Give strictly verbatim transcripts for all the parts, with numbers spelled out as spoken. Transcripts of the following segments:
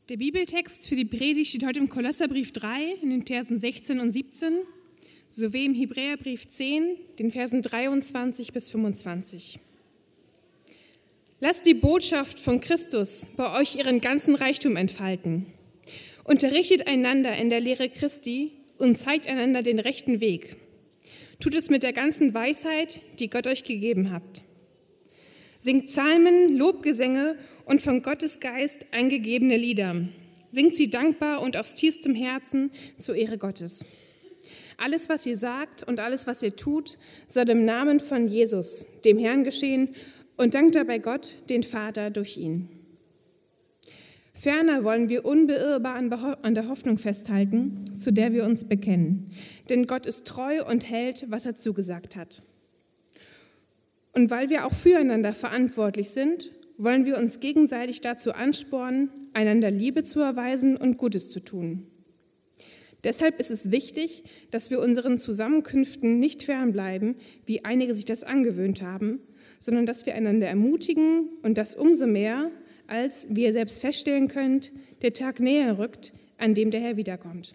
Der Bibeltext für die Predigt steht heute im Kolosserbrief drei, in den Versen sechzehn und siebzehn, sowie im Hebräerbrief zehn, den Versen dreiundzwanzig bis fünfundzwanzig. Lasst die Botschaft von Christus bei euch ihren ganzen Reichtum entfalten. Unterrichtet einander in der Lehre Christi und zeigt einander den rechten Weg. Tut es mit der ganzen Weisheit, die Gott euch gegeben hat. Singt Psalmen, Lobgesänge und von Gottes Geist eingegebene Lieder. Singt sie dankbar und aus tiefstem Herzen zur Ehre Gottes. Alles, was ihr sagt und alles, was ihr tut, soll im Namen von Jesus, dem Herrn, geschehen und dankt dabei Gott, den Vater, durch ihn. Ferner wollen wir unbeirrbar an der Hoffnung festhalten, zu der wir uns bekennen. Denn Gott ist treu und hält, was er zugesagt hat. Und weil wir auch füreinander verantwortlich sind, wollen wir uns gegenseitig dazu anspornen, einander Liebe zu erweisen und Gutes zu tun. Deshalb ist es wichtig, dass wir unseren Zusammenkünften nicht fernbleiben, wie einige sich das angewöhnt haben, sondern dass wir einander ermutigen und das umso mehr, als, wie ihr selbst feststellen könnt, der Tag näher rückt, an dem der Herr wiederkommt.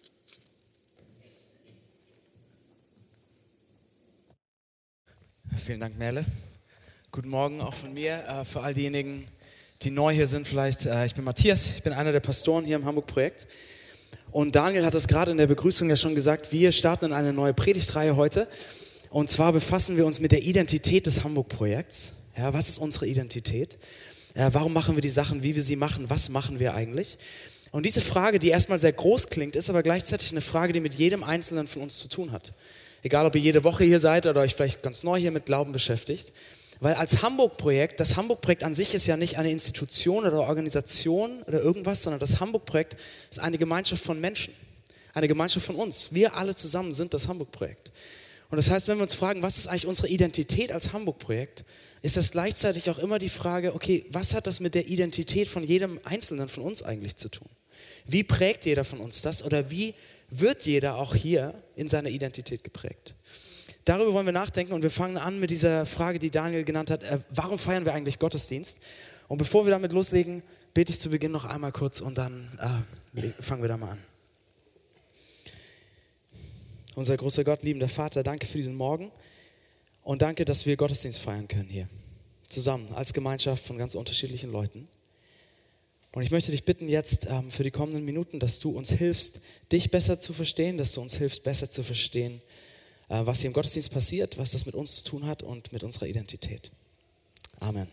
Vielen Dank, Merle. Guten Morgen auch von mir, äh, für all diejenigen, die neu hier sind vielleicht. Äh, ich bin Matthias, ich bin einer der Pastoren hier im Hamburg-Projekt. Und Daniel hat es gerade in der Begrüßung ja schon gesagt, wir starten in eine neue Predigtreihe heute. Und zwar befassen wir uns mit der Identität des Hamburg-Projekts. Ja, was ist unsere Identität? Äh, warum machen wir die Sachen, wie wir sie machen? Was machen wir eigentlich? Und diese Frage, die erstmal sehr groß klingt, ist aber gleichzeitig eine Frage, die mit jedem Einzelnen von uns zu tun hat. Egal, ob ihr jede Woche hier seid oder euch vielleicht ganz neu hier mit Glauben beschäftigt. Weil als Hamburg-Projekt, das Hamburg-Projekt an sich ist ja nicht eine Institution oder Organisation oder irgendwas, sondern das Hamburg-Projekt ist eine Gemeinschaft von Menschen, eine Gemeinschaft von uns. Wir alle zusammen sind das Hamburg-Projekt. Und das heißt, wenn wir uns fragen, was ist eigentlich unsere Identität als Hamburg-Projekt, ist das gleichzeitig auch immer die Frage, okay, was hat das mit der Identität von jedem Einzelnen von uns eigentlich zu tun? Wie prägt jeder von uns das oder wie wird jeder auch hier in seiner Identität geprägt? Darüber wollen wir nachdenken und wir fangen an mit dieser Frage, die Daniel genannt hat, äh, warum feiern wir eigentlich Gottesdienst? Und bevor wir damit loslegen, bete ich zu Beginn noch einmal kurz und dann äh, fangen wir da mal an. Unser großer Gott, liebender Vater, danke für diesen Morgen und danke, dass wir Gottesdienst feiern können hier, zusammen, als Gemeinschaft von ganz unterschiedlichen Leuten. Und ich möchte dich bitten jetzt ähm, für die kommenden Minuten, dass du uns hilfst, dich besser zu verstehen, dass du uns hilfst, besser zu verstehen, äh, was hier im Gottesdienst passiert, was das mit uns zu tun hat und mit unserer Identität. Amen.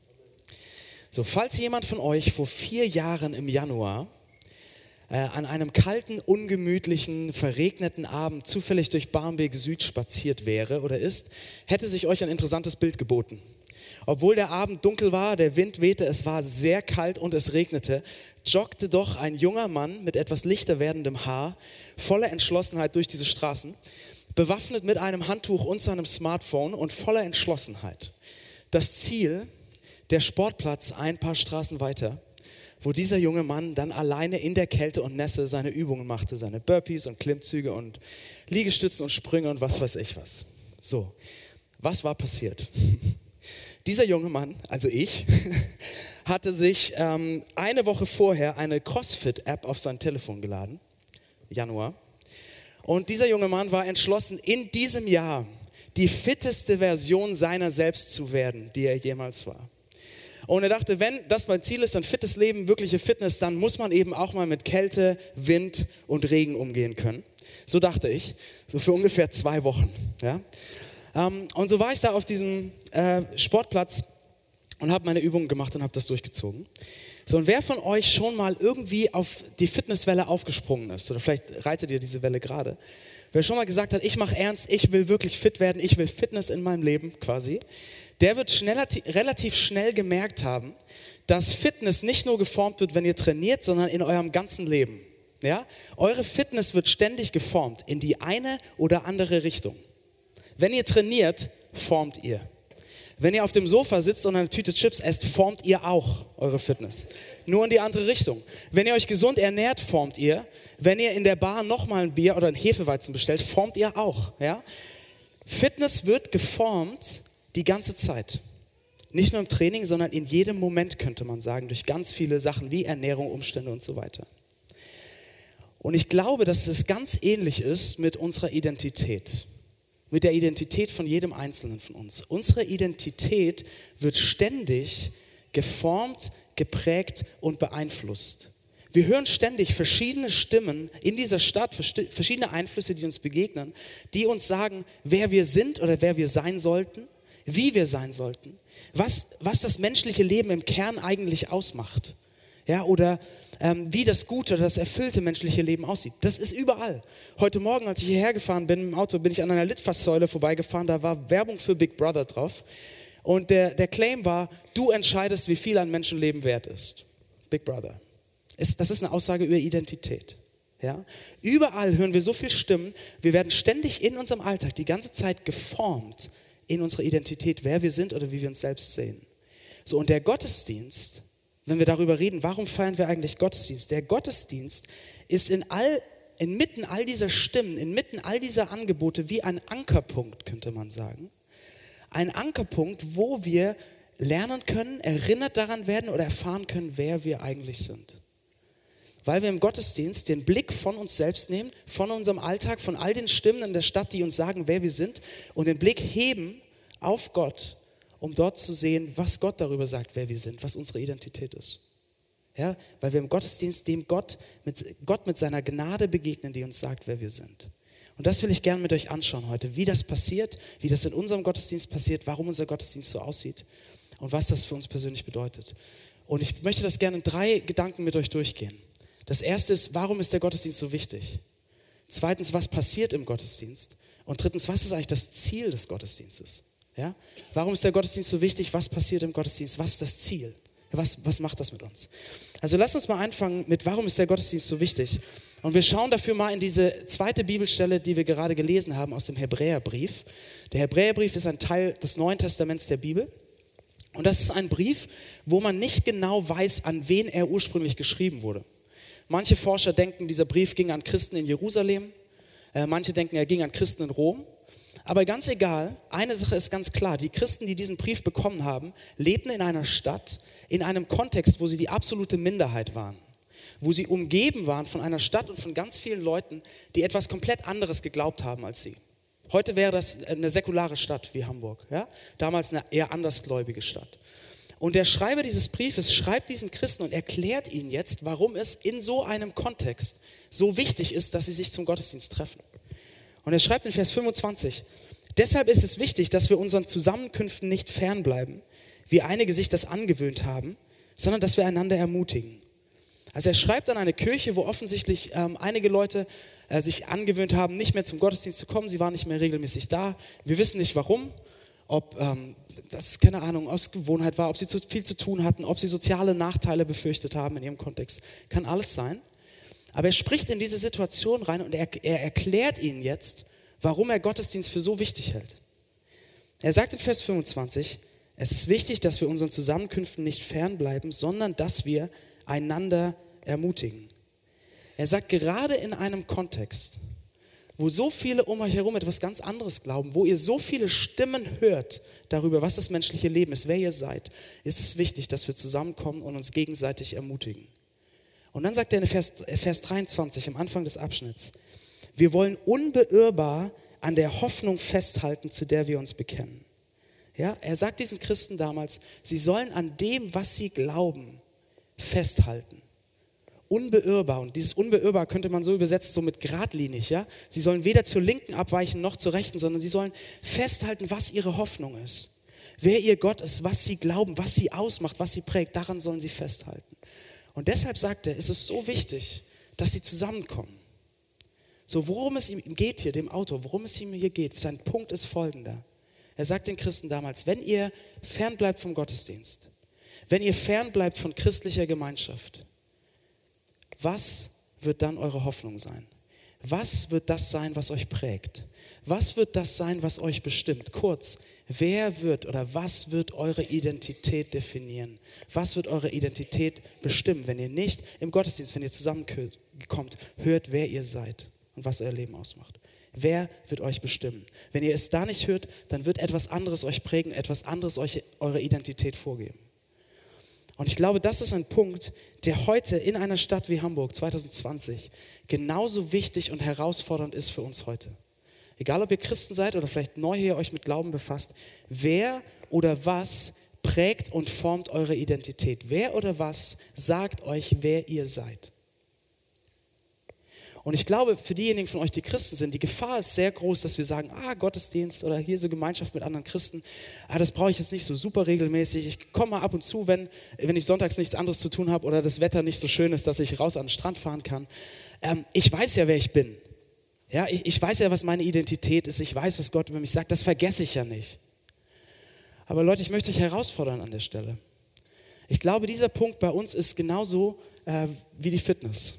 So, falls jemand von euch vor vier Jahren im Januar äh, an einem kalten, ungemütlichen, verregneten Abend zufällig durch Barmbek Süd spaziert wäre oder ist, hätte sich euch ein interessantes Bild geboten. Obwohl der Abend dunkel war, der Wind wehte, es war sehr kalt und es regnete, joggte doch ein junger Mann mit etwas lichter werdendem Haar voller Entschlossenheit durch diese Straßen, bewaffnet mit einem Handtuch und seinem Smartphone und voller Entschlossenheit. Das Ziel, der Sportplatz ein paar Straßen weiter, wo dieser junge Mann dann alleine in der Kälte und Nässe seine Übungen machte, seine Burpees und Klimmzüge und Liegestützen und Sprünge und was weiß ich was. So, was war passiert? Dieser junge Mann, also ich, hatte sich ähm, eine Woche vorher eine CrossFit-App auf sein Telefon geladen, Januar. Und dieser junge Mann war entschlossen, in diesem Jahr die fitteste Version seiner selbst zu werden, die er jemals war. Und er dachte, wenn das mein Ziel ist, ein fittes Leben, wirkliche Fitness, dann muss man eben auch mal mit Kälte, Wind und Regen umgehen können. So dachte ich, so für ungefähr zwei Wochen, ja. Um, und so war ich da auf diesem äh, Sportplatz und habe meine Übungen gemacht und habe das durchgezogen. So, und wer von euch schon mal irgendwie auf die Fitnesswelle aufgesprungen ist, oder vielleicht reitet ihr diese Welle gerade, wer schon mal gesagt hat, ich mache ernst, ich will wirklich fit werden, ich will Fitness in meinem Leben quasi, der wird schneller, relativ schnell gemerkt haben, dass Fitness nicht nur geformt wird, wenn ihr trainiert, sondern in eurem ganzen Leben. Ja? Eure Fitness wird ständig geformt in die eine oder andere Richtung. Wenn ihr trainiert, formt ihr. Wenn ihr auf dem Sofa sitzt und eine Tüte Chips esst, formt ihr auch eure Fitness. Nur in die andere Richtung. Wenn ihr euch gesund ernährt, formt ihr. Wenn ihr in der Bar nochmal ein Bier oder ein Hefeweizen bestellt, formt ihr auch. Ja? Fitness wird geformt die ganze Zeit. Nicht nur im Training, sondern in jedem Moment, könnte man sagen, durch ganz viele Sachen wie Ernährung, Umstände und so weiter. Und ich glaube, dass es ganz ähnlich ist mit unserer Identität, mit der Identität von jedem Einzelnen von uns. Unsere Identität wird ständig geformt, geprägt und beeinflusst. Wir hören ständig verschiedene Stimmen in dieser Stadt, verschiedene Einflüsse, die uns begegnen, die uns sagen, wer wir sind oder wer wir sein sollten, wie wir sein sollten, was, was das menschliche Leben im Kern eigentlich ausmacht. Ja, oder ähm, wie das gute oder das erfüllte menschliche Leben aussieht. Das ist überall. Heute Morgen, als ich hierher gefahren bin im Auto, bin ich an einer Litfaßsäule vorbeigefahren, da war Werbung für Big Brother drauf. Und der, der Claim war, du entscheidest, wie viel ein Menschenleben wert ist. Big Brother. Ist, das ist eine Aussage über Identität. Ja? Überall hören wir so viele Stimmen, wir werden ständig in unserem Alltag die ganze Zeit geformt in unserer Identität, wer wir sind oder wie wir uns selbst sehen. So, und der Gottesdienst, wenn wir darüber reden, warum feiern wir eigentlich Gottesdienst? Der Gottesdienst ist in all, inmitten all dieser Stimmen, inmitten all dieser Angebote wie ein Ankerpunkt, könnte man sagen. Ein Ankerpunkt, wo wir lernen können, erinnert daran werden oder erfahren können, wer wir eigentlich sind. Weil wir im Gottesdienst den Blick von uns selbst nehmen, von unserem Alltag, von all den Stimmen in der Stadt, die uns sagen, wer wir sind, und den Blick heben auf Gott, um dort zu sehen, was Gott darüber sagt, wer wir sind, was unsere Identität ist. Ja, weil wir im Gottesdienst dem Gott mit, Gott mit seiner Gnade begegnen, die uns sagt, wer wir sind. Und das will ich gerne mit euch anschauen heute, wie das passiert, wie das in unserem Gottesdienst passiert, warum unser Gottesdienst so aussieht und was das für uns persönlich bedeutet. Und ich möchte das gerne in drei Gedanken mit euch durchgehen. Das erste ist, warum ist der Gottesdienst so wichtig? Zweitens, was passiert im Gottesdienst? Und drittens, was ist eigentlich das Ziel des Gottesdienstes? Ja? Warum ist der Gottesdienst so wichtig? Was passiert im Gottesdienst? Was ist das Ziel? Was, was macht das mit uns? Also lasst uns mal anfangen mit, warum ist der Gottesdienst so wichtig? Und wir schauen dafür mal in diese zweite Bibelstelle, die wir gerade gelesen haben aus dem Hebräerbrief. Der Hebräerbrief ist ein Teil des Neuen Testaments der Bibel. Und das ist ein Brief, wo man nicht genau weiß, an wen er ursprünglich geschrieben wurde. Manche Forscher denken, dieser Brief ging an Christen in Jerusalem. Äh, manche denken, er ging an Christen in Rom. Aber ganz egal, eine Sache ist ganz klar. Die Christen, die diesen Brief bekommen haben, lebten in einer Stadt, in einem Kontext, wo sie die absolute Minderheit waren. Wo sie umgeben waren von einer Stadt und von ganz vielen Leuten, die etwas komplett anderes geglaubt haben als sie. Heute wäre das eine säkulare Stadt wie Hamburg. Ja? Damals eine eher andersgläubige Stadt. Und der Schreiber dieses Briefes schreibt diesen Christen und erklärt ihnen jetzt, warum es in so einem Kontext so wichtig ist, dass sie sich zum Gottesdienst treffen. Und er schreibt in Vers fünfundzwanzig, deshalb ist es wichtig, dass wir unseren Zusammenkünften nicht fernbleiben, wie einige sich das angewöhnt haben, sondern dass wir einander ermutigen. Also er schreibt an eine Kirche, wo offensichtlich ähm, einige Leute äh, sich angewöhnt haben, nicht mehr zum Gottesdienst zu kommen, sie waren nicht mehr regelmäßig da. Wir wissen nicht warum, ob ähm, das, keine Ahnung, aus Gewohnheit war, ob sie zu viel zu tun hatten, ob sie soziale Nachteile befürchtet haben in ihrem Kontext. Kann alles sein. Aber er spricht in diese Situation rein und er, er erklärt ihnen jetzt, warum er Gottesdienst für so wichtig hält. Er sagt in Vers fünfundzwanzig, es ist wichtig, dass wir unseren Zusammenkünften nicht fernbleiben, sondern dass wir einander ermutigen. Er sagt, gerade in einem Kontext, wo so viele um euch herum etwas ganz anderes glauben, wo ihr so viele Stimmen hört darüber, was das menschliche Leben ist, wer ihr seid, ist es wichtig, dass wir zusammenkommen und uns gegenseitig ermutigen. Und dann sagt er in Vers, Vers dreiundzwanzig, am Anfang des Abschnitts, wir wollen unbeirrbar an der Hoffnung festhalten, zu der wir uns bekennen. Ja, er sagt diesen Christen damals, sie sollen an dem, was sie glauben, festhalten. Unbeirrbar. Und dieses unbeirrbar könnte man so übersetzen, so mit geradlinig. Ja? Sie sollen weder zur Linken abweichen noch zur Rechten, sondern sie sollen festhalten, was ihre Hoffnung ist. Wer ihr Gott ist, was sie glauben, was sie ausmacht, was sie prägt, daran sollen sie festhalten. Und deshalb sagt er, ist es so wichtig, dass sie zusammenkommen. So, worum es ihm geht hier, dem Autor, worum es ihm hier geht, sein Punkt ist folgender. Er sagt den Christen damals, wenn ihr fernbleibt vom Gottesdienst, wenn ihr fernbleibt von christlicher Gemeinschaft, was wird dann eure Hoffnung sein? Was wird das sein, was euch prägt? Was wird das sein, was euch bestimmt? Kurz, wer wird oder was wird eure Identität definieren? Was wird eure Identität bestimmen, wenn ihr nicht im Gottesdienst, wenn ihr zusammenkommt, hört, wer ihr seid und was euer Leben ausmacht? wer wird euch bestimmen? Wenn ihr es da nicht hört, dann wird etwas anderes euch prägen, etwas anderes euch eure Identität vorgeben. Und ich glaube, das ist ein Punkt, der heute in einer Stadt wie Hamburg zwanzig zwanzig genauso wichtig und herausfordernd ist für uns heute. Egal, ob ihr Christen seid oder vielleicht neu hier euch mit Glauben befasst, wer oder was prägt und formt eure Identität? Wer oder was sagt euch, wer ihr seid? Und ich glaube, für diejenigen von euch, die Christen sind, die Gefahr ist sehr groß, dass wir sagen, ah, Gottesdienst oder hier so Gemeinschaft mit anderen Christen, ah, das brauche ich jetzt nicht so super regelmäßig. Ich komme mal ab und zu, wenn, wenn ich sonntags nichts anderes zu tun habe oder das Wetter nicht so schön ist, dass ich raus an den Strand fahren kann. Ähm, ich weiß ja, wer ich bin. Ja, ich, ich weiß ja, was meine Identität ist. Ich weiß, was Gott über mich sagt. Das vergesse ich ja nicht. Aber Leute, ich möchte euch herausfordern an der Stelle. Ich glaube, dieser Punkt bei uns ist genauso äh, wie die Fitness.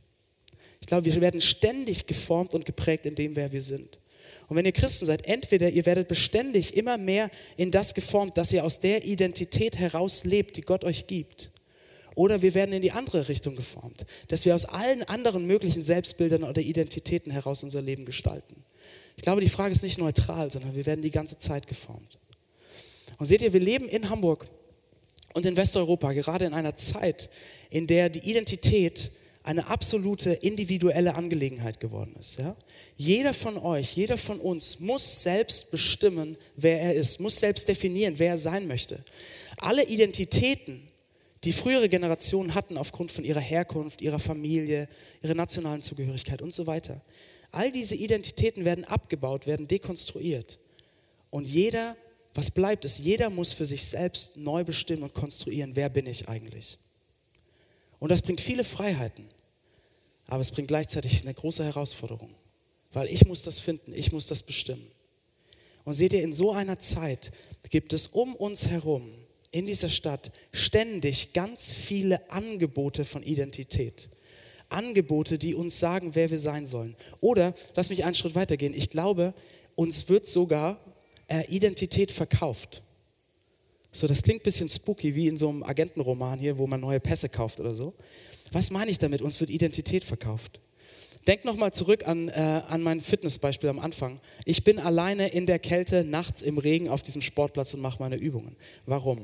Ich glaube, wir werden ständig geformt und geprägt in dem, wer wir sind. Und wenn ihr Christen seid, entweder ihr werdet beständig immer mehr in das geformt, dass ihr aus der Identität heraus lebt, die Gott euch gibt. Oder wir werden in die andere Richtung geformt, dass wir aus allen anderen möglichen Selbstbildern oder Identitäten heraus unser Leben gestalten. Ich glaube, die Frage ist nicht neutral, sondern wir werden die ganze Zeit geformt. Und seht ihr, wir leben in Hamburg und in Westeuropa gerade in einer Zeit, in der die Identität eine absolute individuelle Angelegenheit geworden ist. Ja? Jeder von euch, jeder von uns muss selbst bestimmen, wer er ist, muss selbst definieren, wer er sein möchte. Alle Identitäten, die frühere Generationen hatten aufgrund von ihrer Herkunft, ihrer Familie, ihrer nationalen Zugehörigkeit und so weiter. All diese Identitäten werden abgebaut, werden dekonstruiert. Und jeder, was bleibt, ist, jeder muss für sich selbst neu bestimmen und konstruieren, wer bin ich eigentlich. Und das bringt viele Freiheiten, aber es bringt gleichzeitig eine große Herausforderung, weil ich muss das finden, ich muss das bestimmen. Und seht ihr, in so einer Zeit gibt es um uns herum in dieser Stadt ständig ganz viele Angebote von Identität. Angebote, die uns sagen, wer wir sein sollen. Oder, lass mich einen Schritt weitergehen, ich glaube, uns wird sogar äh, Identität verkauft. So, das klingt ein bisschen spooky, wie in so einem Agentenroman hier, wo man neue Pässe kauft oder so. Was meine ich damit? Uns wird Identität verkauft. Denk nochmal zurück an, äh, an mein Fitnessbeispiel am Anfang. Ich bin alleine in der Kälte, nachts im Regen auf diesem Sportplatz und mache meine Übungen. Warum?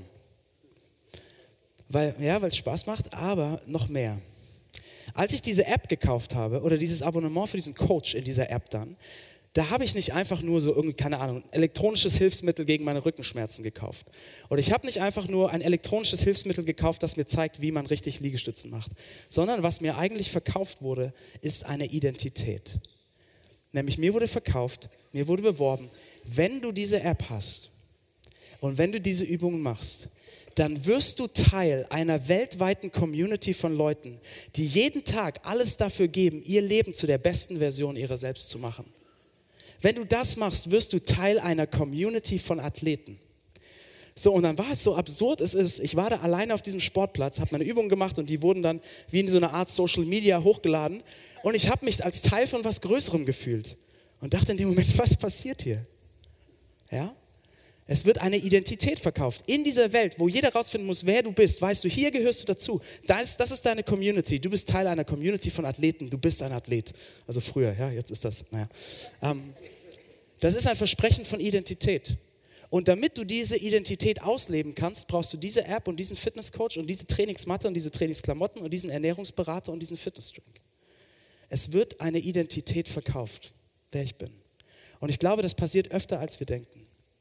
Weil, ja, weil es Spaß macht, aber noch mehr. Als ich diese App gekauft habe oder dieses Abonnement für diesen Coach in dieser App dann, da habe ich nicht einfach nur so irgendwie, keine Ahnung, elektronisches Hilfsmittel gegen meine Rückenschmerzen gekauft. Oder ich habe nicht einfach nur ein elektronisches Hilfsmittel gekauft, das mir zeigt, wie man richtig Liegestützen macht. Sondern was mir eigentlich verkauft wurde, ist eine Identität. Nämlich mir wurde verkauft, mir wurde beworben, wenn du diese App hast und wenn du diese Übungen machst, dann wirst du Teil einer weltweiten Community von Leuten, die jeden Tag alles dafür geben, ihr Leben zu der besten Version ihrer selbst zu machen. Wenn du das machst, wirst du Teil einer Community von Athleten. So, und dann war es so absurd es ist, ich war da alleine auf diesem Sportplatz, habe meine Übungen gemacht und die wurden dann wie in so einer Art Social Media hochgeladen und ich habe mich als Teil von was Größerem gefühlt und dachte in dem Moment, was passiert hier? Ja? Es wird eine Identität verkauft. In dieser Welt, wo jeder rausfinden muss, wer du bist, weißt du, hier gehörst du dazu. Das, das ist deine Community. Du bist Teil einer Community von Athleten. Du bist ein Athlet. Also früher, ja, jetzt ist das, naja. Ähm, das ist ein Versprechen von Identität. Und damit du diese Identität ausleben kannst, brauchst du diese App und diesen Fitnesscoach und diese Trainingsmatte und diese Trainingsklamotten und diesen Ernährungsberater und diesen Fitnessdrink. Es wird eine Identität verkauft, wer ich bin. Und ich glaube, das passiert öfter, als wir denken.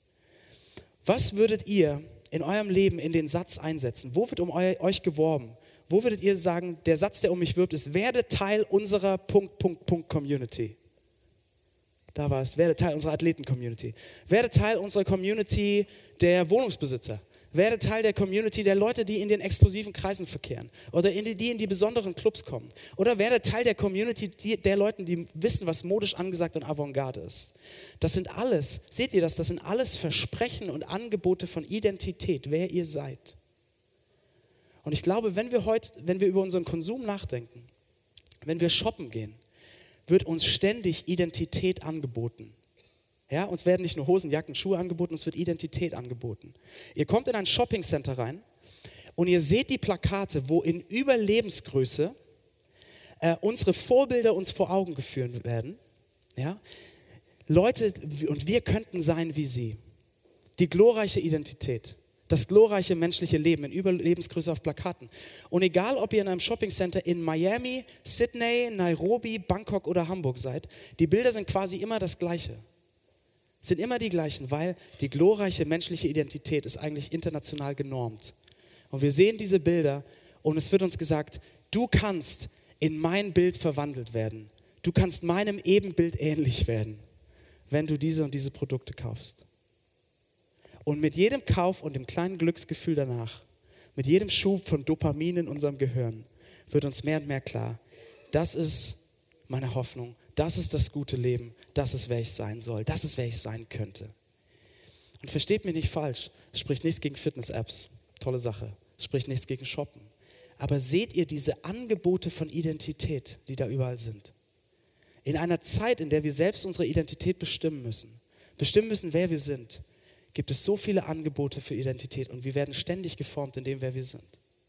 Was würdet ihr in eurem Leben in den Satz einsetzen? Wo wird um eu, euch geworben? Wo würdet ihr sagen, der Satz, der um mich wirbt, ist, werde Teil unserer Punkt, Punkt, Punkt Community. Da war es, werde Teil unserer Athleten-Community. Werde Teil unserer Community der Wohnungsbesitzer. Werde Teil der Community der Leute, die in den exklusiven Kreisen verkehren. Oder in die, die in die besonderen Clubs kommen. Oder werde Teil der Community die, der Leute, die wissen, was modisch angesagt und Avantgarde ist. Das sind alles, seht ihr das, das sind alles Versprechen und Angebote von Identität, wer ihr seid. Und ich glaube, wenn wir heute, wenn wir über unseren Konsum nachdenken, wenn wir shoppen gehen, wird uns ständig Identität angeboten. Ja, uns werden nicht nur Hosen, Jacken, Schuhe angeboten, uns wird Identität angeboten. Ihr kommt in ein Shoppingcenter rein und ihr seht die Plakate, wo in Überlebensgröße äh, unsere Vorbilder uns vor Augen geführt werden. Ja? Leute, und wir könnten sein wie sie. Die glorreiche Identität, das glorreiche menschliche Leben in Überlebensgröße auf Plakaten. Und egal, ob ihr in einem Shoppingcenter in Miami, Sydney, Nairobi, Bangkok oder Hamburg seid, die Bilder sind quasi immer das Gleiche. Sind immer die gleichen, weil die glorreiche menschliche Identität ist eigentlich international genormt. Und wir sehen diese Bilder und es wird uns gesagt, du kannst in mein Bild verwandelt werden. Du kannst meinem Ebenbild ähnlich werden, wenn du diese und diese Produkte kaufst. Und mit jedem Kauf und dem kleinen Glücksgefühl danach, mit jedem Schub von Dopamin in unserem Gehirn, wird uns mehr und mehr klar, das ist meine Hoffnung, das ist das gute Leben, das ist, wer ich sein soll, das ist, wer ich sein könnte. Und versteht mich nicht falsch, es spricht nichts gegen Fitness-Apps, tolle Sache, es spricht nichts gegen Shoppen. Aber seht ihr diese Angebote von Identität, die da überall sind? In einer Zeit, in der wir selbst unsere Identität bestimmen müssen, bestimmen müssen, wer wir sind, gibt es so viele Angebote für Identität und wir werden ständig geformt in dem, wer wir sind.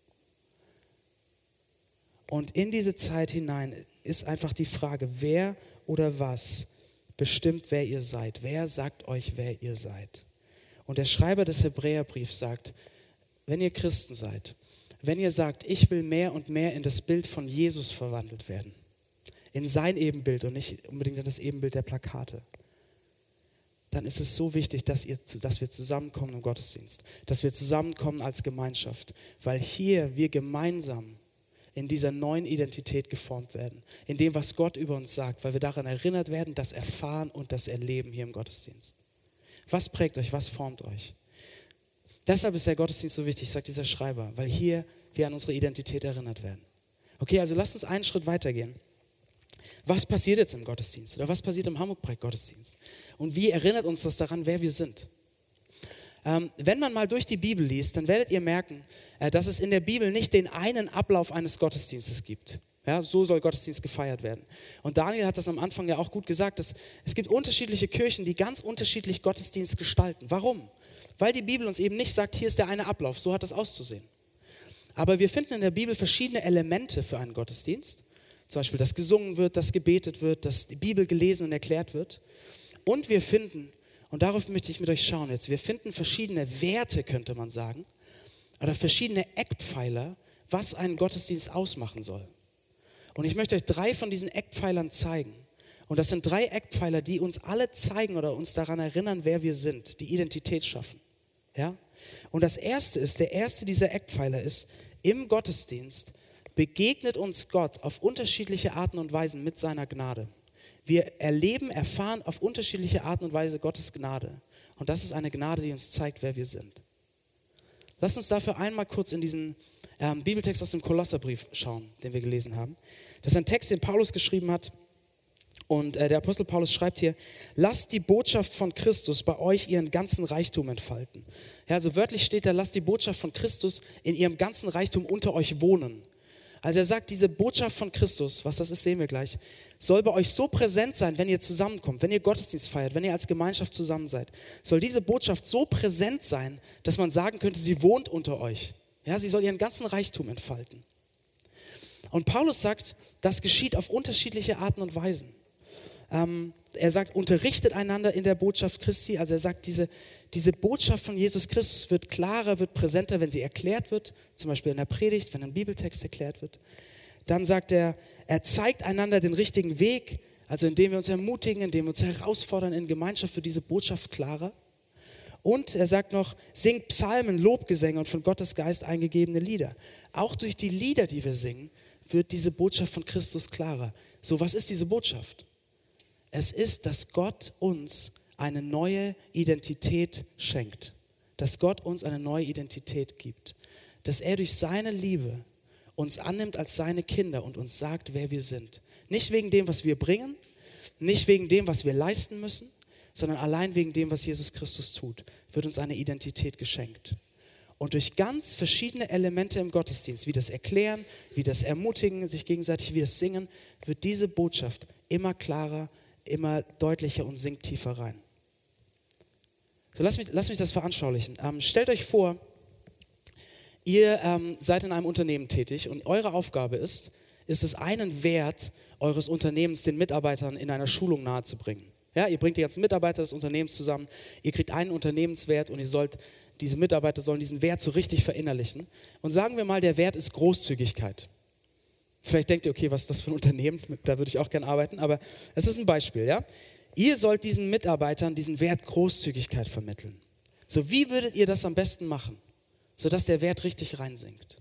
Und in diese Zeit hinein ist einfach die Frage, wer oder was bestimmt, wer ihr seid? Wer sagt euch, wer ihr seid? Und der Schreiber des Hebräerbriefs sagt, wenn ihr Christen seid, wenn ihr sagt, ich will mehr und mehr in das Bild von Jesus verwandelt werden, in sein Ebenbild und nicht unbedingt in das Ebenbild der Plakate, dann ist es so wichtig, dass, ihr, dass wir zusammenkommen im Gottesdienst, dass wir zusammenkommen als Gemeinschaft, weil hier wir gemeinsam in dieser neuen Identität geformt werden, in dem, was Gott über uns sagt, weil wir daran erinnert werden, das Erfahren und das Erleben hier im Gottesdienst. Was prägt euch, was formt euch? Deshalb ist der Gottesdienst so wichtig, sagt dieser Schreiber, weil hier wir an unsere Identität erinnert werden. Okay, also lasst uns einen Schritt weitergehen. Was passiert jetzt im Gottesdienst oder was passiert im Hamburg-Projekt-Gottesdienst? Und wie erinnert uns das daran, wer wir sind? Ähm, wenn man mal durch die Bibel liest, dann werdet ihr merken, äh, dass es in der Bibel nicht den einen Ablauf eines Gottesdienstes gibt. Ja, so soll Gottesdienst gefeiert werden. Und Daniel hat das am Anfang ja auch gut gesagt, dass es gibt unterschiedliche Kirchen, die ganz unterschiedlich Gottesdienst gestalten. Warum? Weil die Bibel uns eben nicht sagt, hier ist der eine Ablauf, so hat das auszusehen. Aber wir finden in der Bibel verschiedene Elemente für einen Gottesdienst. Zum Beispiel, dass gesungen wird, dass gebetet wird, dass die Bibel gelesen und erklärt wird. Und wir finden, und darauf möchte ich mit euch schauen jetzt, wir finden verschiedene Werte, könnte man sagen, oder verschiedene Eckpfeiler, was einen Gottesdienst ausmachen soll. Und ich möchte euch drei von diesen Eckpfeilern zeigen. Und das sind drei Eckpfeiler, die uns alle zeigen oder uns daran erinnern, wer wir sind, die Identität schaffen. Ja? Und das erste ist, der erste dieser Eckpfeiler ist, im Gottesdienst begegnet uns Gott auf unterschiedliche Arten und Weisen mit seiner Gnade. Wir erleben, erfahren auf unterschiedliche Arten und Weise Gottes Gnade. Und das ist eine Gnade, die uns zeigt, wer wir sind. Lasst uns dafür einmal kurz in diesen ähm, Bibeltext aus dem Kolosserbrief schauen, den wir gelesen haben. Das ist ein Text, den Paulus geschrieben hat. Und äh, der Apostel Paulus schreibt hier, lasst die Botschaft von Christus bei euch ihren ganzen Reichtum entfalten. Ja, also wörtlich steht da, lasst die Botschaft von Christus in ihrem ganzen Reichtum unter euch wohnen. Also er sagt, diese Botschaft von Christus, was das ist, sehen wir gleich, soll bei euch so präsent sein, wenn ihr zusammenkommt, wenn ihr Gottesdienst feiert, wenn ihr als Gemeinschaft zusammen seid. Soll diese Botschaft so präsent sein, dass man sagen könnte, sie wohnt unter euch. Ja, sie soll ihren ganzen Reichtum entfalten. Und Paulus sagt, das geschieht auf unterschiedliche Arten und Weisen. Ähm, er sagt, unterrichtet einander in der Botschaft Christi. Also er sagt, diese, diese Botschaft von Jesus Christus wird klarer, wird präsenter, wenn sie erklärt wird. Zum Beispiel in der Predigt, wenn ein Bibeltext erklärt wird. Dann sagt er, er zeigt einander den richtigen Weg. Also indem wir uns ermutigen, indem wir uns herausfordern in Gemeinschaft, für diese Botschaft klarer. Und er sagt noch, singt Psalmen, Lobgesänge und von Gottes Geist eingegebene Lieder. Auch durch die Lieder, die wir singen, wird diese Botschaft von Christus klarer. So, was ist diese Botschaft? Es ist, dass Gott uns eine neue Identität schenkt. Dass Gott uns eine neue Identität gibt. Dass er durch seine Liebe uns annimmt als seine Kinder und uns sagt, wer wir sind. Nicht wegen dem, was wir bringen, nicht wegen dem, was wir leisten müssen, sondern allein wegen dem, was Jesus Christus tut, wird uns eine Identität geschenkt. Und durch ganz verschiedene Elemente im Gottesdienst, wie das Erklären, wie das Ermutigen, sich gegenseitig, wie das Singen, wird diese Botschaft immer klarer, immer deutlicher und sinkt tiefer rein. So, lasst mich, lasst mich das veranschaulichen. Ähm, stellt euch vor, ihr ähm, seid in einem Unternehmen tätig und eure Aufgabe ist, ist es einen Wert eures Unternehmens den Mitarbeitern in einer Schulung nahezubringen. Ja, ihr bringt die ganzen Mitarbeiter des Unternehmens zusammen, ihr kriegt einen Unternehmenswert und ihr sollt, diese Mitarbeiter sollen diesen Wert so richtig verinnerlichen. Und sagen wir mal, der Wert ist Großzügigkeit. Vielleicht denkt ihr, okay, was ist das für ein Unternehmen? Da würde ich auch gerne arbeiten, aber es ist ein Beispiel, ja. Ihr sollt diesen Mitarbeitern diesen Wert Großzügigkeit vermitteln. So, wie würdet ihr das am besten machen, sodass der Wert richtig reinsinkt?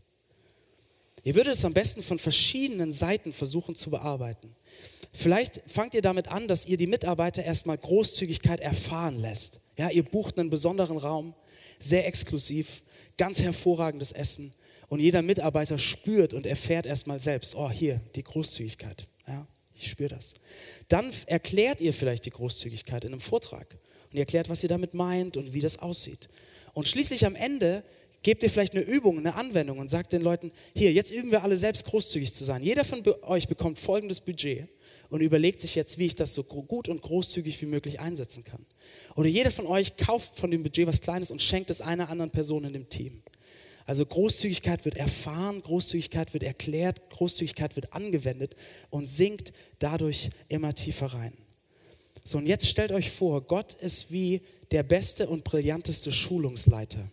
Ihr würdet es am besten von verschiedenen Seiten versuchen zu bearbeiten. Vielleicht fangt ihr damit an, dass ihr die Mitarbeiter erstmal Großzügigkeit erfahren lässt. Ja, ihr bucht einen besonderen Raum, sehr exklusiv, ganz hervorragendes Essen und jeder Mitarbeiter spürt und erfährt erstmal selbst, oh hier, die Großzügigkeit, ja, ich spüre das. Dann erklärt ihr vielleicht die Großzügigkeit in einem Vortrag und ihr erklärt, was ihr damit meint und wie das aussieht. Und schließlich am Ende gebt ihr vielleicht eine Übung, eine Anwendung und sagt den Leuten, hier, jetzt üben wir alle selbst großzügig zu sein. Jeder von euch bekommt folgendes Budget und überlegt sich jetzt, wie ich das so gut und großzügig wie möglich einsetzen kann. Oder jeder von euch kauft von dem Budget was Kleines und schenkt es einer anderen Person in dem Team. Also Großzügigkeit wird erfahren, Großzügigkeit wird erklärt, Großzügigkeit wird angewendet und sinkt dadurch immer tiefer rein. So, und jetzt stellt euch vor, Gott ist wie der beste und brillanteste Schulungsleiter.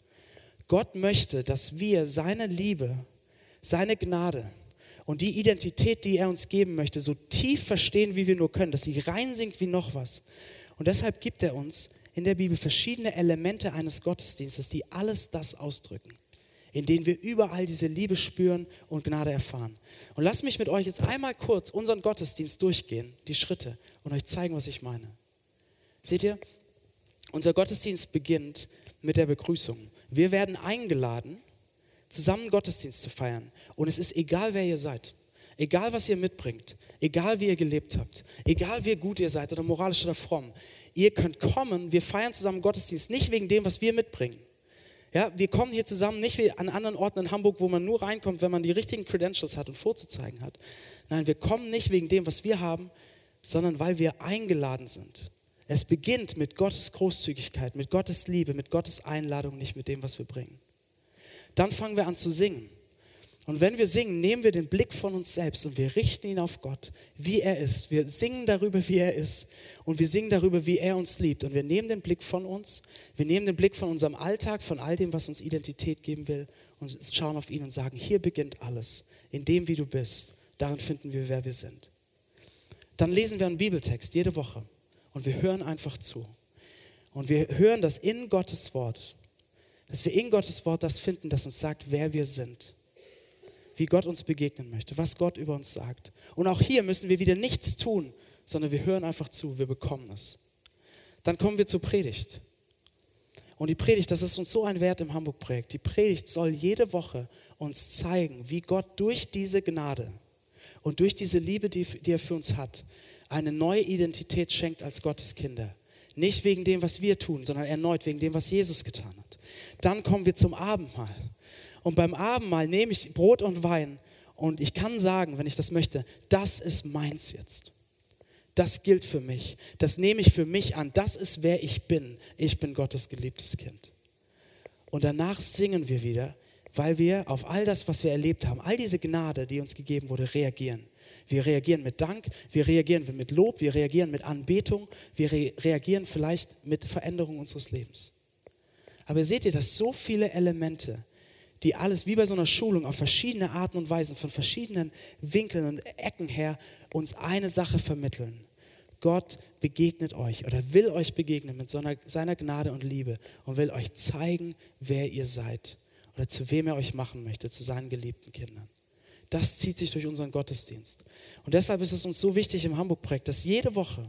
Gott möchte, dass wir seine Liebe, seine Gnade und die Identität, die er uns geben möchte, so tief verstehen, wie wir nur können, dass sie reinsinkt wie noch was. Und deshalb gibt er uns in der Bibel verschiedene Elemente eines Gottesdienstes, die alles das ausdrücken, in denen wir überall diese Liebe spüren und Gnade erfahren. Und lasst mich mit euch jetzt einmal kurz unseren Gottesdienst durchgehen, die Schritte, und euch zeigen, was ich meine. Seht ihr, unser Gottesdienst beginnt mit der Begrüßung. Wir werden eingeladen, zusammen Gottesdienst zu feiern. Und es ist egal, wer ihr seid, egal, was ihr mitbringt, egal, wie ihr gelebt habt, egal, wie gut ihr seid oder moralisch oder fromm. Ihr könnt kommen, wir feiern zusammen Gottesdienst, nicht wegen dem, was wir mitbringen. Ja, wir kommen hier zusammen nicht wie an anderen Orten in Hamburg, wo man nur reinkommt, wenn man die richtigen Credentials hat und vorzuzeigen hat. Nein, wir kommen nicht wegen dem, was wir haben, sondern weil wir eingeladen sind. Es beginnt mit Gottes Großzügigkeit, mit Gottes Liebe, mit Gottes Einladung, nicht mit dem, was wir bringen. Dann fangen wir an zu singen. Und wenn wir singen, nehmen wir den Blick von uns selbst und wir richten ihn auf Gott, wie er ist. Wir singen darüber, wie er ist und wir singen darüber, wie er uns liebt. Und wir nehmen den Blick von uns, wir nehmen den Blick von unserem Alltag, von all dem, was uns Identität geben will und schauen auf ihn und sagen, hier beginnt alles, in dem, wie du bist. Darin finden wir, wer wir sind. Dann lesen wir einen Bibeltext jede Woche und wir hören einfach zu. Und wir hören das in Gottes Wort, dass wir in Gottes Wort das finden, das uns sagt, wer wir sind. Wie Gott uns begegnen möchte, was Gott über uns sagt. Und auch hier müssen wir wieder nichts tun, sondern wir hören einfach zu, wir bekommen es. Dann kommen wir zur Predigt. Und die Predigt, das ist uns so ein Wert im Hamburg-Projekt. Die Predigt soll jede Woche uns zeigen, wie Gott durch diese Gnade und durch diese Liebe, die, die er für uns hat, eine neue Identität schenkt als Gottes Kinder. Nicht wegen dem, was wir tun, sondern erneut wegen dem, was Jesus getan hat. Dann kommen wir zum Abendmahl. Und beim Abendmahl nehme ich Brot und Wein und ich kann sagen, wenn ich das möchte, das ist meins jetzt. Das gilt für mich. Das nehme ich für mich an. Das ist, wer ich bin. Ich bin Gottes geliebtes Kind. Und danach singen wir wieder, weil wir auf all das, was wir erlebt haben, all diese Gnade, die uns gegeben wurde, reagieren. Wir reagieren mit Dank, wir reagieren mit Lob, wir reagieren mit Anbetung, wir re- reagieren vielleicht mit Veränderung unseres Lebens. Aber seht ihr, dass so viele Elemente, die alles wie bei so einer Schulung auf verschiedene Arten und Weisen, von verschiedenen Winkeln und Ecken her uns eine Sache vermitteln. Gott begegnet euch oder will euch begegnen mit seiner, seiner Gnade und Liebe und will euch zeigen, wer ihr seid oder zu wem er euch machen möchte, zu seinen geliebten Kindern. Das zieht sich durch unseren Gottesdienst. Und deshalb ist es uns so wichtig im Hamburg-Projekt, dass jede Woche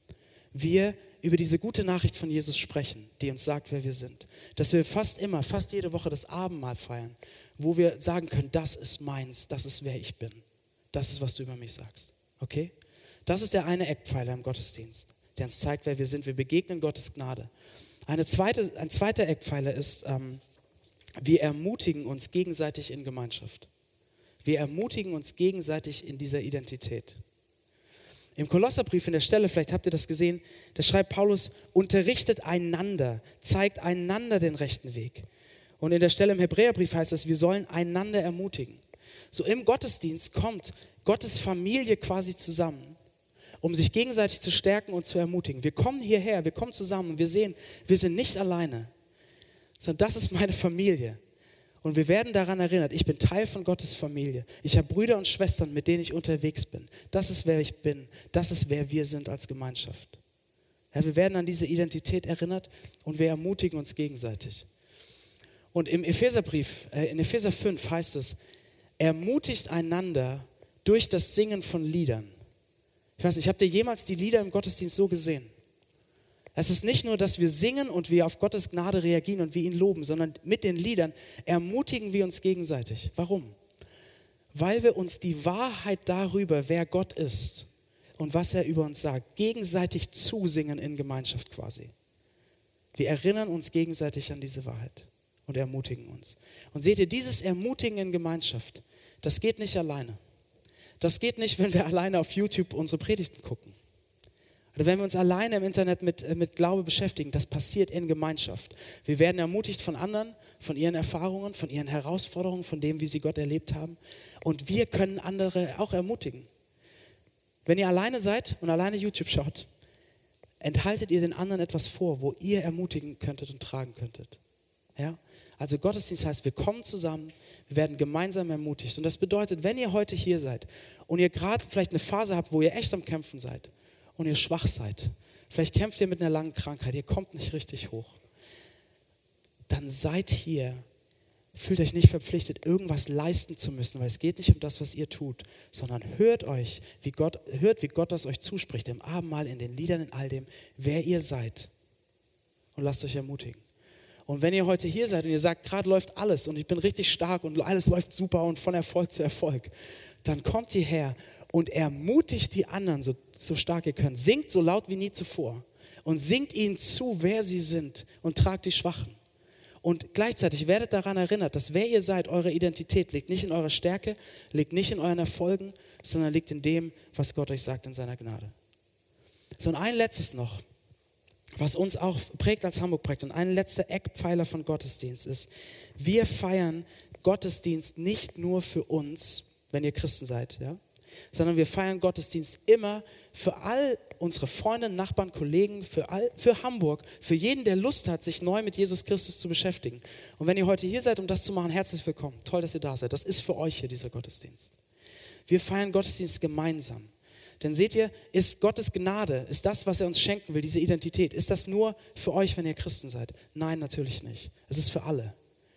wir über diese gute Nachricht von Jesus sprechen, die uns sagt, wer wir sind. Dass wir fast immer, fast jede Woche das Abendmahl feiern, wo wir sagen können, das ist meins, das ist, wer ich bin. Das ist, was du über mich sagst. Okay? Das ist der eine Eckpfeiler im Gottesdienst, der uns zeigt, wer wir sind. Wir begegnen Gottes Gnade. Eine zweite, ein zweiter Eckpfeiler ist, ähm, wir ermutigen uns gegenseitig in Gemeinschaft. Wir ermutigen uns gegenseitig in dieser Identität. Im Kolosserbrief in der Stelle, vielleicht habt ihr das gesehen, da schreibt Paulus, unterrichtet einander, zeigt einander den rechten Weg. Und in der Stelle im Hebräerbrief heißt es, wir sollen einander ermutigen. So im Gottesdienst kommt Gottes Familie quasi zusammen um sich gegenseitig zu stärken und zu ermutigen. Wir kommen hierher, wir kommen zusammen und wir sehen, wir sind nicht alleine, sondern das ist meine Familie. Und wir werden daran erinnert, ich bin Teil von Gottes Familie. Ich habe Brüder und Schwestern, mit denen ich unterwegs bin. Das ist, wer ich bin. Das ist, wer wir sind als Gemeinschaft. Ja, wir werden an diese Identität erinnert und wir ermutigen uns gegenseitig. Und im Epheserbrief, äh, in Epheser fünf heißt es, ermutigt einander durch das Singen von Liedern. Ich weiß nicht, habt ihr jemals die Lieder im Gottesdienst so gesehen? Es ist nicht nur, dass wir singen und wir auf Gottes Gnade reagieren und wir ihn loben, sondern mit den Liedern ermutigen wir uns gegenseitig. Warum? Weil wir uns die Wahrheit darüber, wer Gott ist und was er über uns sagt, gegenseitig zusingen in Gemeinschaft quasi. Wir erinnern uns gegenseitig an diese Wahrheit und ermutigen uns. Und seht ihr, dieses Ermutigen in Gemeinschaft, das geht nicht alleine. Das geht nicht, wenn wir alleine auf YouTube unsere Predigten gucken. Oder wenn wir uns alleine im Internet mit, mit Glaube beschäftigen, das passiert in Gemeinschaft. Wir werden ermutigt von anderen, von ihren Erfahrungen, von ihren Herausforderungen, von dem, wie sie Gott erlebt haben. Und wir können andere auch ermutigen. Wenn ihr alleine seid und alleine YouTube schaut, enthaltet ihr den anderen etwas vor, wo ihr ermutigen könntet und tragen könntet. Ja? Also Gottesdienst heißt, wir kommen zusammen, wir werden gemeinsam ermutigt. Und das bedeutet, wenn ihr heute hier seid und ihr gerade vielleicht eine Phase habt, wo ihr echt am Kämpfen seid, und ihr schwach seid, vielleicht kämpft ihr mit einer langen Krankheit, ihr kommt nicht richtig hoch, dann seid hier, fühlt euch nicht verpflichtet, irgendwas leisten zu müssen, weil es geht nicht um das, was ihr tut, sondern hört euch, wie Gott, hört, wie Gott das euch zuspricht, im Abendmahl, in den Liedern, in all dem, wer ihr seid und lasst euch ermutigen. Und wenn ihr heute hier seid und ihr sagt, gerade läuft alles und ich bin richtig stark und alles läuft super und von Erfolg zu Erfolg, dann kommt ihr her und ermutigt die anderen, so, so stark ihr könnt. Singt so laut wie nie zuvor und singt ihnen zu, wer sie sind und tragt die Schwachen. Und gleichzeitig werdet daran erinnert, dass wer ihr seid, eure Identität liegt nicht in eurer Stärke, liegt nicht in euren Erfolgen, sondern liegt in dem, was Gott euch sagt in seiner Gnade. So, und ein letztes noch, was uns auch prägt als Hamburg prägt und ein letzter Eckpfeiler von Gottesdienst ist, wir feiern Gottesdienst nicht nur für uns, wenn ihr Christen seid, ja, sondern wir feiern Gottesdienst immer für all unsere Freunde, Nachbarn, Kollegen, für, all, für Hamburg, für jeden, der Lust hat, sich neu mit Jesus Christus zu beschäftigen. Und wenn ihr heute hier seid, um das zu machen, herzlich willkommen. Toll, dass ihr da seid. Das ist für euch hier dieser Gottesdienst. Wir feiern Gottesdienst gemeinsam. Denn seht ihr, ist Gottes Gnade, ist das, was er uns schenken will, diese Identität, ist das nur für euch, wenn ihr Christen seid? Nein, natürlich nicht. Es ist für alle.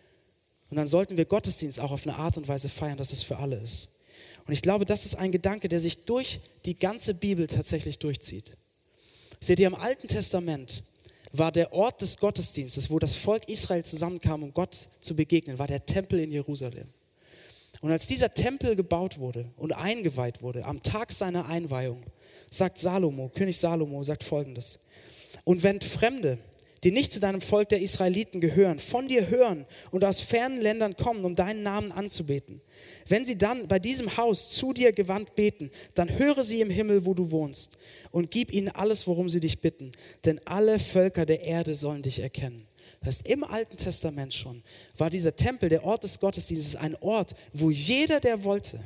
Und dann sollten wir Gottesdienst auch auf eine Art und Weise feiern, dass es für alle ist. Und ich glaube, das ist ein Gedanke, der sich durch die ganze Bibel tatsächlich durchzieht. Seht ihr, im Alten Testament war der Ort des Gottesdienstes, wo das Volk Israel zusammenkam, um Gott zu begegnen, war der Tempel in Jerusalem. Und als dieser Tempel gebaut wurde und eingeweiht wurde, am Tag seiner Einweihung, sagt Salomo, König Salomo, sagt Folgendes: Und wenn Fremde, die nicht zu deinem Volk der Israeliten gehören, von dir hören und aus fernen Ländern kommen, um deinen Namen anzubeten, wenn sie dann bei diesem Haus zu dir gewandt beten, dann höre sie im Himmel, wo du wohnst, und gib ihnen alles, worum sie dich bitten, denn alle Völker der Erde sollen dich erkennen. Das heißt, im Alten Testament schon war dieser Tempel, der Ort des Gottesdienstes, ein Ort, wo jeder, der wollte,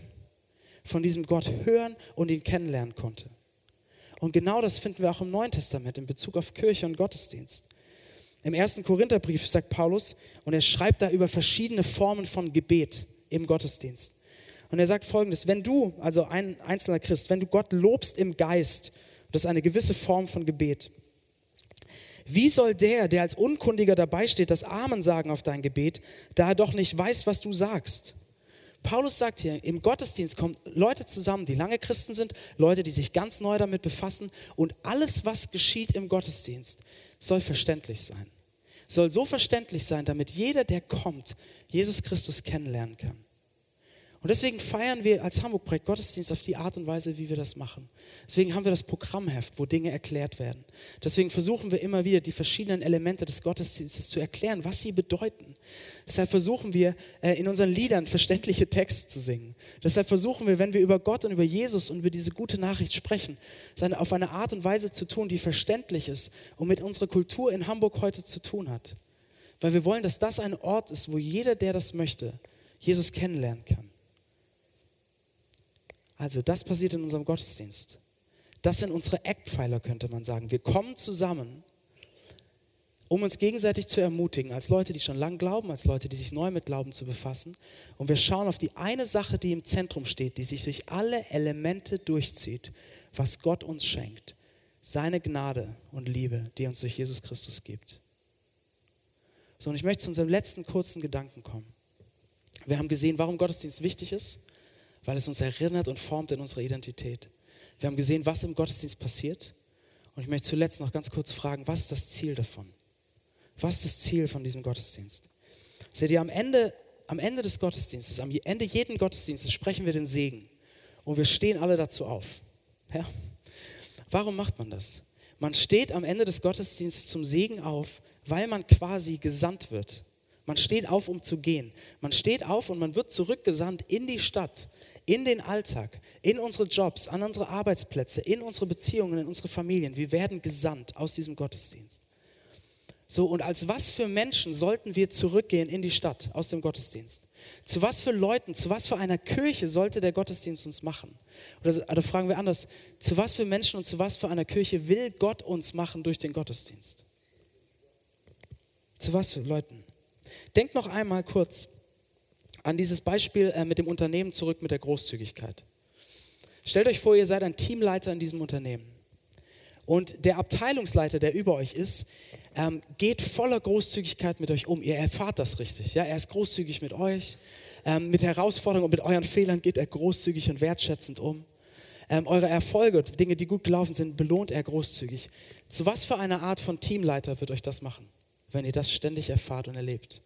von diesem Gott hören und ihn kennenlernen konnte. Und genau das finden wir auch im Neuen Testament in Bezug auf Kirche und Gottesdienst. Im ersten Korintherbrief sagt Paulus, und er schreibt da über verschiedene Formen von Gebet im Gottesdienst. Und er sagt Folgendes: Wenn du, also ein einzelner Christ, wenn du Gott lobst im Geist, das ist eine gewisse Form von Gebet, wie soll der, der als Unkundiger dabei steht, das Amen sagen auf dein Gebet, da er doch nicht weiß, was du sagst? Paulus sagt hier, im Gottesdienst kommen Leute zusammen, die lange Christen sind, Leute, die sich ganz neu damit befassen, und alles, was geschieht im Gottesdienst, soll verständlich sein. Soll so verständlich sein, damit jeder, der kommt, Jesus Christus kennenlernen kann. Und deswegen feiern wir als Hamburg-Projekt Gottesdienst auf die Art und Weise, wie wir das machen. Deswegen haben wir das Programmheft, wo Dinge erklärt werden. Deswegen versuchen wir immer wieder, die verschiedenen Elemente des Gottesdienstes zu erklären, was sie bedeuten. Deshalb versuchen wir, in unseren Liedern verständliche Texte zu singen. Deshalb versuchen wir, wenn wir über Gott und über Jesus und über diese gute Nachricht sprechen, es auf eine Art und Weise zu tun, die verständlich ist und mit unserer Kultur in Hamburg heute zu tun hat. Weil wir wollen, dass das ein Ort ist, wo jeder, der das möchte, Jesus kennenlernen kann. Also das passiert in unserem Gottesdienst. Das sind unsere Eckpfeiler, könnte man sagen. Wir kommen zusammen, um uns gegenseitig zu ermutigen, als Leute, die schon lang glauben, als Leute, die sich neu mit Glauben zu befassen. Und wir schauen auf die eine Sache, die im Zentrum steht, die sich durch alle Elemente durchzieht, was Gott uns schenkt. Seine Gnade und Liebe, die er uns durch Jesus Christus gibt. So, und ich möchte zu unserem letzten kurzen Gedanken kommen. Wir haben gesehen, warum Gottesdienst wichtig ist, weil es uns erinnert und formt in unserer Identität. Wir haben gesehen, was im Gottesdienst passiert. Und ich möchte zuletzt noch ganz kurz fragen, was ist das Ziel davon? Was ist das Ziel von diesem Gottesdienst? Seht ihr, am Ende, am Ende des Gottesdienstes, am Ende jeden Gottesdienstes sprechen wir den Segen. Und wir stehen alle dazu auf. Ja? Warum macht man das? Man steht am Ende des Gottesdienstes zum Segen auf, weil man quasi gesandt wird. Man steht auf, um zu gehen. Man steht auf und man wird zurückgesandt in die Stadt, in den Alltag, in unsere Jobs, an unsere Arbeitsplätze, in unsere Beziehungen, in unsere Familien. Wir werden gesandt aus diesem Gottesdienst. So, und als was für Menschen sollten wir zurückgehen in die Stadt aus dem Gottesdienst? Zu was für Leuten, zu was für einer Kirche sollte der Gottesdienst uns machen? Oder, oder fragen wir anders, zu was für Menschen und zu was für einer Kirche will Gott uns machen durch den Gottesdienst? Zu was für Leuten? Denkt noch einmal kurz an dieses Beispiel äh, mit dem Unternehmen zurück mit der Großzügigkeit. Stellt euch vor, ihr seid ein Teamleiter in diesem Unternehmen. Und der Abteilungsleiter, der über euch ist, ähm, geht voller Großzügigkeit mit euch um. Ihr erfahrt das richtig. Ja? Er ist großzügig mit euch. Ähm, mit Herausforderungen und mit euren Fehlern geht er großzügig und wertschätzend um. Ähm, eure Erfolge, Dinge, die gut gelaufen sind, belohnt er großzügig. Zu was für einer Art von Teamleiter wird euch das machen, wenn ihr das ständig erfahrt und erlebt?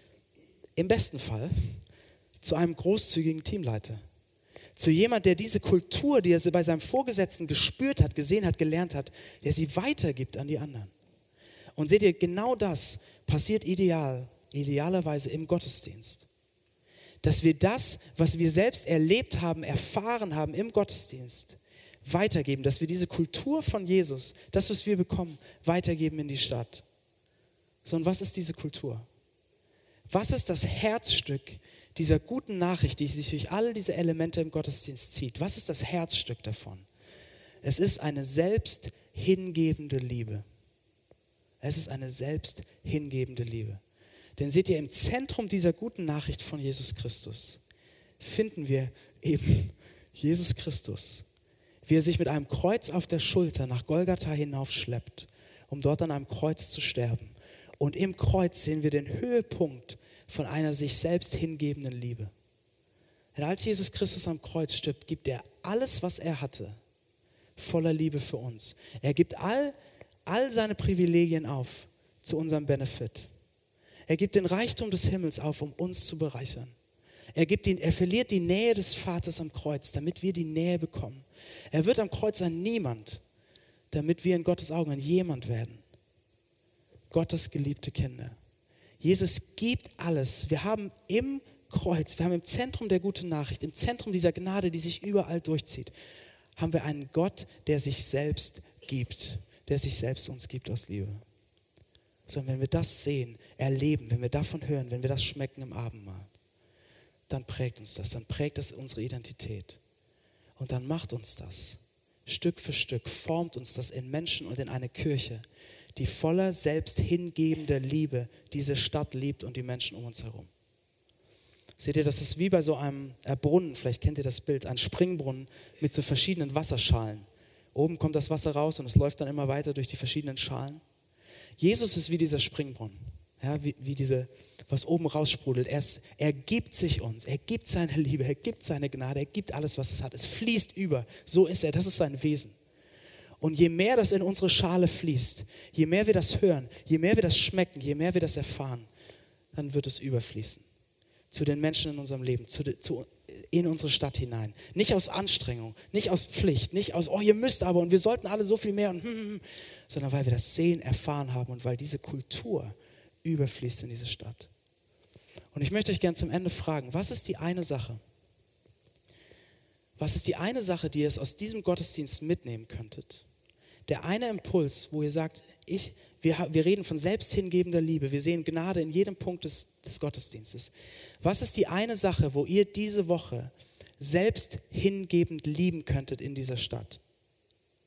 Im besten Fall zu einem großzügigen Teamleiter. Zu jemand, der diese Kultur, die er bei seinem Vorgesetzten gespürt hat, gesehen hat, gelernt hat, der sie weitergibt an die anderen. Und seht ihr, genau das passiert ideal, idealerweise im Gottesdienst. Dass wir das, was wir selbst erlebt haben, erfahren haben im Gottesdienst, weitergeben. Dass wir diese Kultur von Jesus, das, was wir bekommen, weitergeben in die Stadt. So, und was ist diese Kultur? Was ist das Herzstück dieser guten Nachricht, die sich durch all diese Elemente im Gottesdienst zieht? Was ist das Herzstück davon? Es ist eine selbst hingebende Liebe. Es ist eine selbst hingebende Liebe. Denn seht ihr, im Zentrum dieser guten Nachricht von Jesus Christus finden wir eben Jesus Christus, wie er sich mit einem Kreuz auf der Schulter nach Golgatha hinaufschleppt, um dort an einem Kreuz zu sterben. Und im Kreuz sehen wir den Höhepunkt von einer sich selbst hingebenden Liebe. Denn als Jesus Christus am Kreuz stirbt, gibt er alles, was er hatte, voller Liebe für uns. Er gibt all, all seine Privilegien auf zu unserem Benefit. Er gibt den Reichtum des Himmels auf, um uns zu bereichern. Er, gibt ihn, er verliert die Nähe des Vaters am Kreuz, damit wir die Nähe bekommen. Er wird am Kreuz ein Niemand, damit wir in Gottes Augen ein Jemand werden. Gottes geliebte Kinder. Jesus gibt alles. Wir haben im Kreuz, wir haben im Zentrum der guten Nachricht, im Zentrum dieser Gnade, die sich überall durchzieht, haben wir einen Gott, der sich selbst gibt, der sich selbst uns gibt aus Liebe. So, und wenn wir das sehen, erleben, wenn wir davon hören, wenn wir das schmecken im Abendmahl, dann prägt uns das, dann prägt das unsere Identität. Und dann macht uns das, Stück für Stück, formt uns das in Menschen und in eine Kirche, die voller selbst hingebender Liebe diese Stadt liebt und die Menschen um uns herum. Seht ihr, das ist wie bei so einem Brunnen, vielleicht kennt ihr das Bild, ein Springbrunnen mit so verschiedenen Wasserschalen. Oben kommt das Wasser raus und es läuft dann immer weiter durch die verschiedenen Schalen. Jesus ist wie dieser Springbrunnen, ja, wie, wie diese, was oben raussprudelt. Er, ist, er gibt sich uns, er gibt seine Liebe, er gibt seine Gnade, er gibt alles, was es hat. Es fließt über, so ist er, das ist sein Wesen. Und je mehr das in unsere Schale fließt, je mehr wir das hören, je mehr wir das schmecken, je mehr wir das erfahren, dann wird es überfließen. Zu den Menschen in unserem Leben, zu, zu, in unsere Stadt hinein. Nicht aus Anstrengung, nicht aus Pflicht, nicht aus, oh ihr müsst aber und wir sollten alle so viel mehr, und, hm, hm, sondern weil wir das sehen, erfahren haben und weil diese Kultur überfließt in diese Stadt. Und ich möchte euch gerne zum Ende fragen, was ist die eine Sache? Was ist die eine Sache, die ihr aus diesem Gottesdienst mitnehmen könntet? Der eine Impuls, wo ihr sagt, ich, wir, wir reden von selbsthingebender Liebe, wir sehen Gnade in jedem Punkt des, des Gottesdienstes. Was ist die eine Sache, wo ihr diese Woche selbst hingebend lieben könntet in dieser Stadt?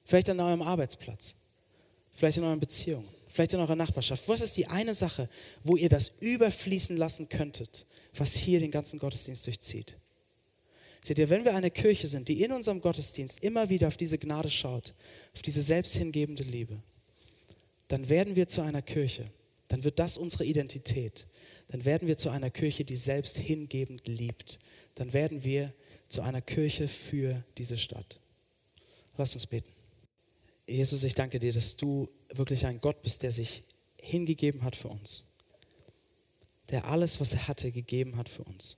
Vielleicht an eurem Arbeitsplatz, vielleicht in euren Beziehungen, vielleicht in eurer Nachbarschaft. Was ist die eine Sache, wo ihr das überfließen lassen könntet, was hier den ganzen Gottesdienst durchzieht? Seht ihr, wenn wir eine Kirche sind, die in unserem Gottesdienst immer wieder auf diese Gnade schaut, auf diese selbsthingebende Liebe, dann werden wir zu einer Kirche, dann wird das unsere Identität. Dann werden wir zu einer Kirche, die selbst hingebend liebt. Dann werden wir zu einer Kirche für diese Stadt. Lass uns beten. Jesus, ich danke dir, dass du wirklich ein Gott bist, der sich hingegeben hat für uns. Der alles, was er hatte, gegeben hat für uns.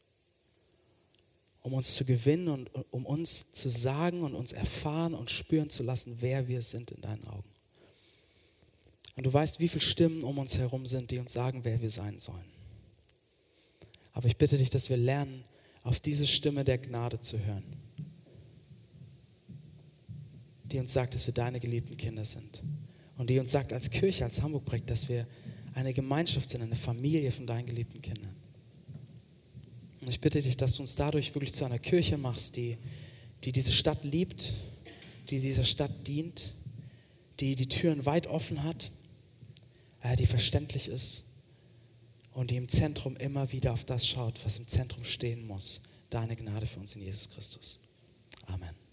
Um uns zu gewinnen und um uns zu sagen und uns erfahren und spüren zu lassen, wer wir sind in deinen Augen. Und du weißt, wie viele Stimmen um uns herum sind, die uns sagen, wer wir sein sollen. Aber ich bitte dich, dass wir lernen, auf diese Stimme der Gnade zu hören, die uns sagt, dass wir deine geliebten Kinder sind. Und die uns sagt als Kirche, als Hamburg-Projekt, dass wir eine Gemeinschaft sind, eine Familie von deinen geliebten Kindern. Und ich bitte dich, dass du uns dadurch wirklich zu einer Kirche machst, die, die diese Stadt liebt, die dieser Stadt dient, die die Türen weit offen hat, die verständlich ist und die im Zentrum immer wieder auf das schaut, was im Zentrum stehen muss. Deine Gnade für uns in Jesus Christus. Amen.